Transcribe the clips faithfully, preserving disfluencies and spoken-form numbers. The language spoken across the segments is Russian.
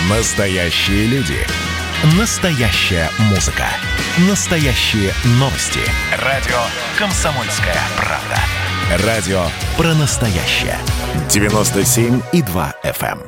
Настоящие люди. Настоящая музыка. Настоящие новости. Радио «Комсомольская правда». Радио про настоящее. девяносто семь и два эф эм.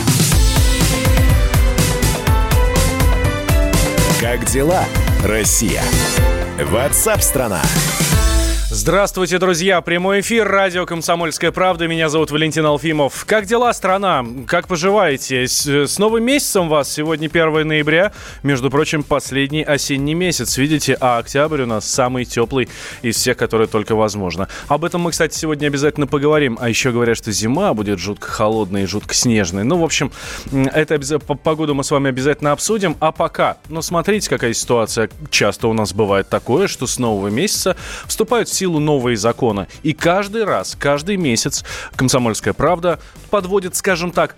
Как дела, Россия? Ватсап-страна! Здравствуйте, друзья! Прямой эфир, радио «Комсомольская правда». Меня зовут Валентин Алфимов. Как дела, страна? Как поживаете? С, с новым месяцем вас! Сегодня первое ноября. Между прочим, последний осенний месяц. Видите, а октябрь у нас самый теплый из всех, которые только возможно. Об этом мы, кстати, сегодня обязательно поговорим. А еще говорят, что зима будет жутко холодной и жутко снежной. Ну, в общем, это обяз... погоду мы с вами обязательно обсудим. А пока, ну, смотрите, какая ситуация. Часто у нас бывает такое, что с нового месяца вступают в силу новые законы. И каждый раз, каждый месяц «Комсомольская правда» подводит, скажем так,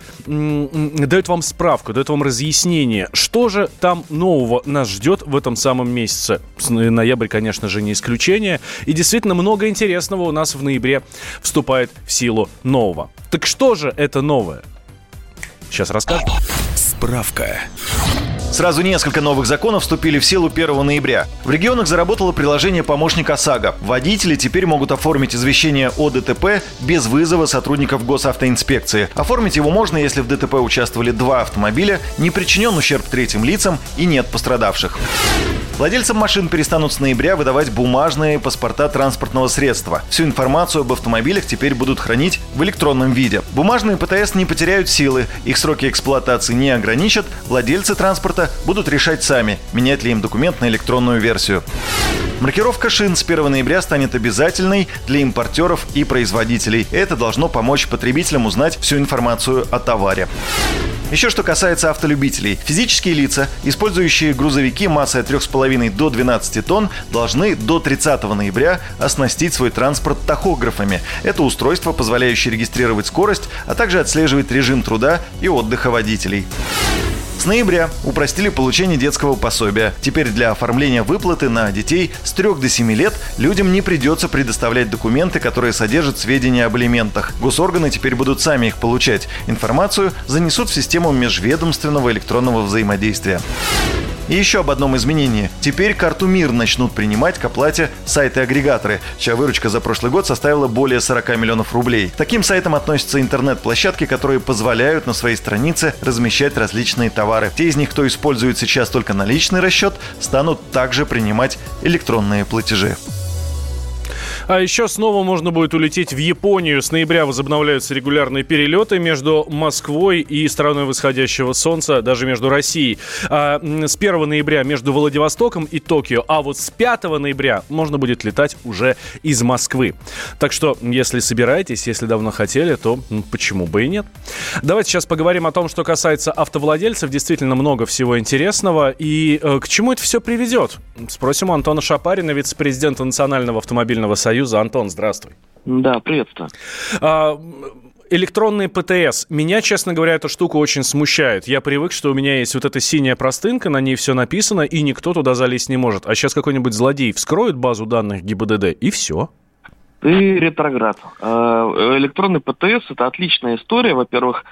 дает вам справку, дает вам разъяснение, что же там нового нас ждет в этом самом месяце. Ноябрь, конечно же, не исключение. И действительно много интересного у нас в ноябре вступает в силу нового. Так что же это новое? Сейчас расскажу. Справка. Сразу несколько новых законов вступили в силу первого ноября. В регионах заработало приложение «Помощник ОСАГО». Водители теперь могут оформить извещение о ДТП без вызова сотрудников госавтоинспекции. Оформить его можно, если в ДТП участвовали два автомобиля, не причинен ущерб третьим лицам и нет пострадавших. Владельцам машин перестанут с ноября выдавать бумажные паспорта транспортного средства. Всю информацию об автомобилях теперь будут хранить в электронном виде. Бумажные ПТС не потеряют силы, их сроки эксплуатации не ограничат, владельцы транспорта будут решать сами, менять ли им документ на электронную версию. Маркировка шин с первого ноября станет обязательной для импортеров и производителей. Это должно помочь потребителям узнать всю информацию о товаре. Еще что касается автолюбителей. Физические лица, использующие грузовики массой от трёх с половиной до двенадцати тонн, должны до тридцатого ноября оснастить свой транспорт тахографами. Это устройство, позволяющее регистрировать скорость, а также отслеживать режим труда и отдыха водителей. С ноября упростили получение детского пособия. Теперь для оформления выплаты на детей с трёх до семи лет людям не придется предоставлять документы, которые содержат сведения об алиментах. Госорганы теперь будут сами их получать. Информацию занесут в систему межведомственного электронного взаимодействия. И еще об одном изменении. Теперь карту МИР начнут принимать к оплате сайты-агрегаторы, чья выручка за прошлый год составила более сорок миллионов рублей. К таким сайтам относятся интернет-площадки, которые позволяют на своей странице размещать различные товары. Те из них, кто использует сейчас только наличный расчет, станут также принимать электронные платежи. А еще снова можно будет улететь в Японию. С ноября возобновляются регулярные перелеты между Москвой и страной восходящего солнца, даже между Россией. А с первого ноября между Владивостоком и Токио, а вот с пятого ноября можно будет летать уже из Москвы. Так что, если собираетесь, если давно хотели, то ну, почему бы и нет. Давайте сейчас поговорим о том, что касается автовладельцев. Действительно много всего интересного. И э, к чему это все приведет? Спросим у Антона Шапарина, вице-президента Национального автомобильного союза. Антон, здравствуй. Да, приветствую. А, электронные ПТС. Меня, честно говоря, эта штука очень смущает. Я привык, что у меня есть вот эта синяя простынка, на ней все написано, и никто туда залезть не может. А сейчас какой-нибудь злодей вскроет базу данных ГИБДД, и все. Ты ретроград. Электронный ПТС – это отличная история. Во-первых,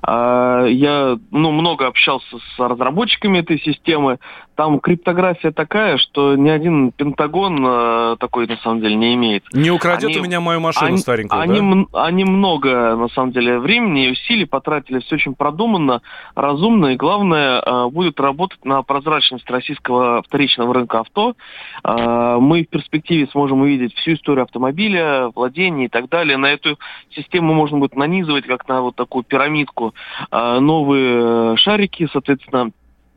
я ну, много общался с разработчиками этой системы. Там криптография такая, что ни один Пентагон такой на самом деле не имеет. Не украдет они, у меня мою машину они, старенькую, они, да? Они много, на самом деле, времени и усилий потратили. Все очень продуманно, разумно. И главное, будет работать на прозрачность российского вторичного рынка авто. Мы в перспективе сможем увидеть всю историю автомобиля, владения и так далее. На эту систему можно будет нанизывать, как на вот такую пирамидку, новые шарики, соответственно,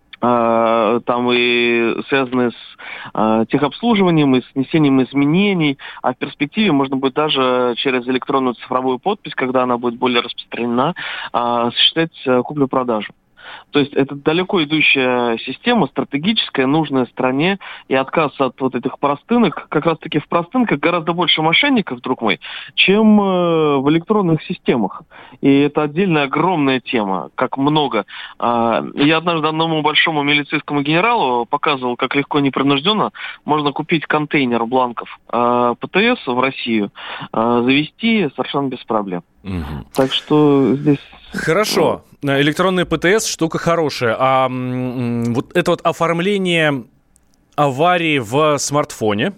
там и связанные с техобслуживанием, и с внесением изменений, а в перспективе можно будет даже через электронную цифровую подпись, когда она будет более распространена, осуществлять куплю-продажу. То есть это далеко идущая система, стратегическая, нужная стране, и отказ от вот этих простынок, как раз-таки в простынках гораздо больше мошенников, друг мой, чем э, в электронных системах. И это отдельная огромная тема, как много. Э, я однажды одному большому милицейскому генералу показывал, как легко и непринужденно можно купить контейнер бланков э, ПТС в Россию, э, завести совершенно без проблем. Угу. Так что здесь Хорошо. Электронный ПТС штука хорошая. А м- вот это вот оформление аварии в смартфоне?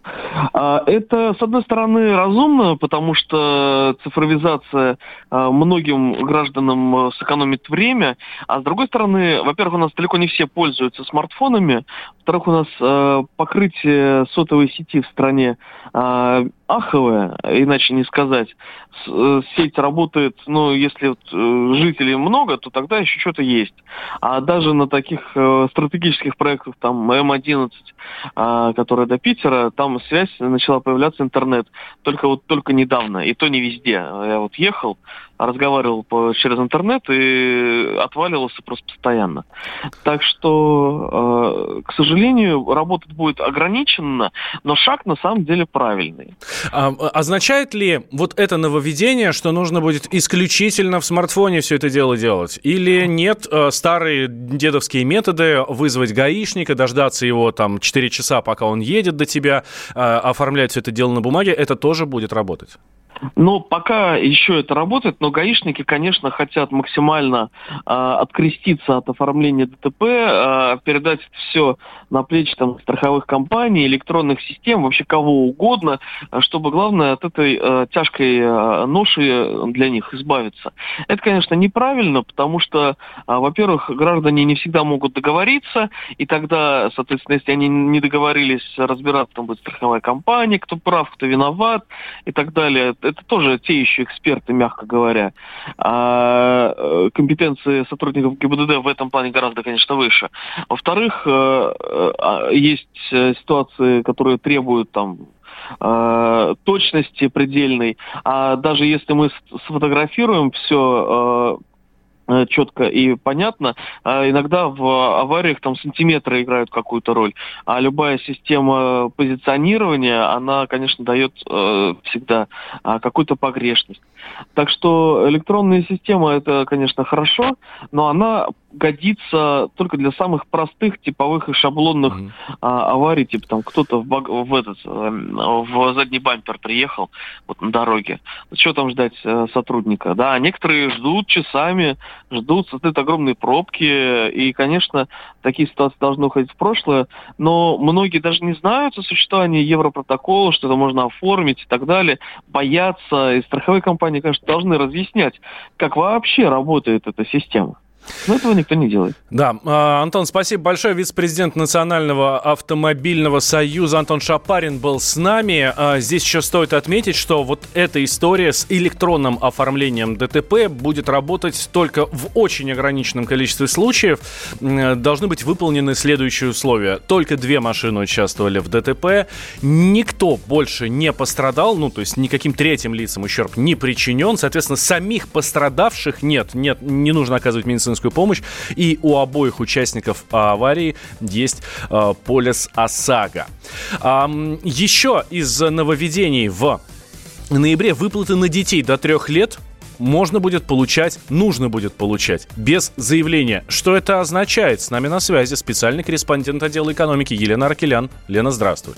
Это, с одной стороны, разумно, потому что цифровизация многим гражданам сэкономит время, а с другой стороны, во-первых, у нас далеко не все пользуются смартфонами, во-вторых, у нас покрытие сотовой сети в стране аховое, иначе не сказать. Сеть работает, ну, если вот жителей много, то тогда еще что-то есть. А даже на таких стратегических проектах, там, эм одиннадцать, которая до Питера, там связь начала появляться, интернет. Только вот только недавно, и то не везде. Я вот ехал, разговаривал по, через интернет и отваливался просто постоянно. Так что, э, к сожалению, работать будет ограниченно, но шаг на самом деле правильный. А, означает ли вот это нововведение, что нужно будет исключительно в смартфоне все это дело делать? Или нет, э, старые дедовские методы, вызвать гаишника, дождаться его там четыре часа, пока он едет до тебя, э, оформлять все это дело на бумаге, это тоже будет работать? Но пока еще это работает, но гаишники, конечно, хотят максимально э, откреститься от оформления ДТП, э, передать это все на плечи там, страховых компаний, электронных систем, вообще кого угодно, чтобы, главное, от этой э, тяжкой э, ноши для них избавиться. Это, конечно, неправильно, потому что, э, во-первых, граждане не всегда могут договориться, и тогда, соответственно, если они не договорились, разбираться там будет страховая компания, кто прав, кто виноват и так далее. Это тоже те еще эксперты, мягко говоря. А компетенции сотрудников ГИБДД в этом плане гораздо, конечно, выше. Во-вторых, есть ситуации, которые требуют там точности предельной. А даже если мы сфотографируем все четко и понятно, иногда в авариях там сантиметры играют какую-то роль, а любая система позиционирования, она, конечно, дает э, всегда э, какую-то погрешность. Так что электронная система, это, конечно, хорошо, но она годится только для самых простых, типовых и шаблонных mm-hmm. а, аварий, типа там кто-то в, баг... в, этот, в задний бампер приехал вот на дороге. Что там ждать э, сотрудника? Да, некоторые ждут часами, ждут, создают огромные пробки, и, конечно, такие ситуации должны уходить в прошлое, но многие даже не знают о существовании Европротокола, что это можно оформить и так далее, боятся, и страховые компании, конечно, должны разъяснять, как вообще работает эта система. Но этого никто не делает. Да, Антон, спасибо большое. Вице-президент Национального автомобильного союза Антон Шапарин был с нами. Здесь еще стоит отметить, что вот эта история с электронным оформлением ДТП будет работать только в очень ограниченном количестве случаев. Должны быть выполнены следующие условия. Только две машины участвовали в ДТП. Никто больше не пострадал. Ну, то есть никаким третьим лицам ущерб не причинен. Соответственно, самих пострадавших нет. Нет, не нужно оказывать медицинскую помощь, и у обоих участников аварии есть э, полис ОСАГО. А, еще из нововведений в ноябре выплаты на детей до трех лет можно будет получать, нужно будет получать без заявления. Что это означает? С нами на связи специальный корреспондент отдела экономики Елена Аркелян. Лена, здравствуй.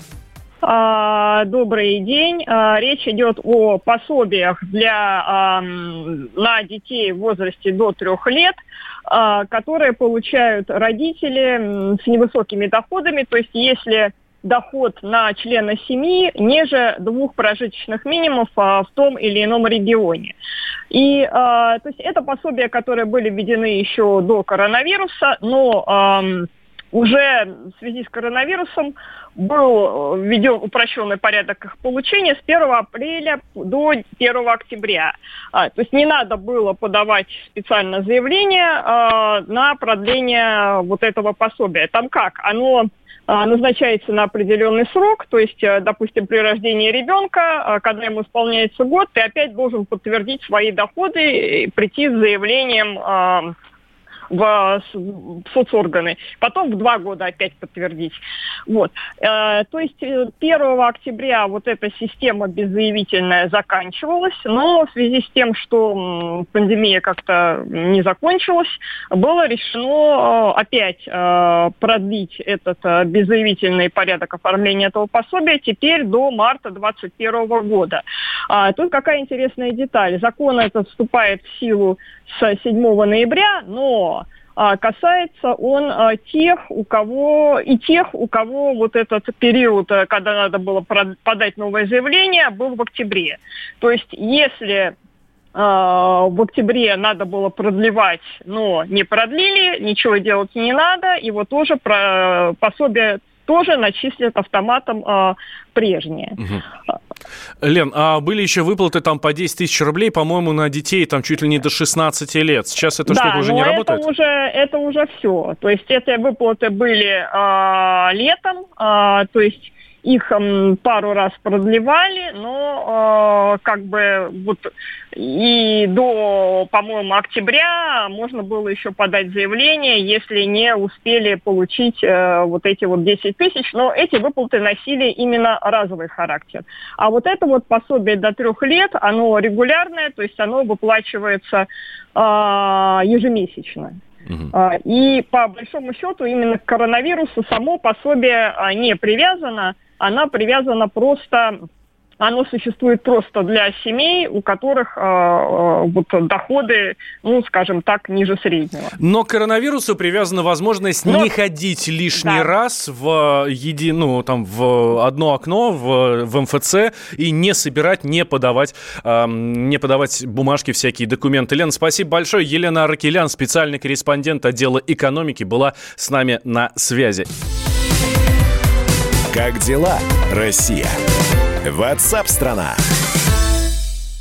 Добрый день. Речь идет о пособиях для, на детей в возрасте до трех лет, которые получают родители с невысокими доходами. То есть если доход на члена семьи ниже двух прожиточных минимумов в том или ином регионе. И то есть это пособия, которые были введены еще до коронавируса, но уже в связи с коронавирусом был введен упрощенный порядок их получения с первого апреля до первого октября. А, то есть не надо было подавать специальное заявление а, на продление вот этого пособия. Там как? Оно а, назначается на определенный срок, то есть, а, допустим, при рождении ребенка, а, когда ему исполняется год, ты опять должен подтвердить свои доходы и прийти с заявлением а, в, в соцорганы, потом в два года опять подтвердить. Вот. Э, то есть первого октября вот эта система беззаявительная заканчивалась, но в связи с тем, что пандемия как-то не закончилась, было решено опять э, продлить этот э, беззаявительный порядок оформления этого пособия теперь до марта двадцать первого года. А, тут какая интересная деталь. Закон этот вступает в силу с седьмого ноября, но а, касается он а, тех, у кого и тех, у кого вот этот период, когда надо было подать новое заявление, был в октябре. То есть, если а, в октябре надо было продлевать, но не продлили, ничего делать не надо, его тоже про, пособие тоже начислят автоматом а, прежнее. Угу. Лен, а были еще выплаты там по десять тысяч рублей, по-моему, на детей там чуть ли не до шестнадцати лет. Сейчас эта да, штука уже не это работает? Уже, это уже все. То есть эти выплаты были а, летом, а, то есть их м, пару раз продлевали, но э, как бы вот и до, по-моему, октября можно было еще подать заявление, если не успели получить э, вот эти вот десять тысяч, но эти выплаты носили именно разовый характер. А вот это вот пособие до трех лет, оно регулярное, то есть оно выплачивается э, ежемесячно. Uh-huh. И по большому счету именно к коронавирусу само пособие не привязано, она привязана просто, оно существует просто для семей, у которых э, вот доходы, ну, скажем так, ниже среднего. Но к коронавирусу привязана возможность Но... не ходить лишний да. раз в, еди... ну, там, в одно окно в, в эм эф цэ и не собирать, не подавать, э, не подавать бумажки, всякие документы. Лена, спасибо большое. Елена Аракелян, специальный корреспондент отдела экономики, была с нами на связи. Как дела, Россия? WhatsApp-страна.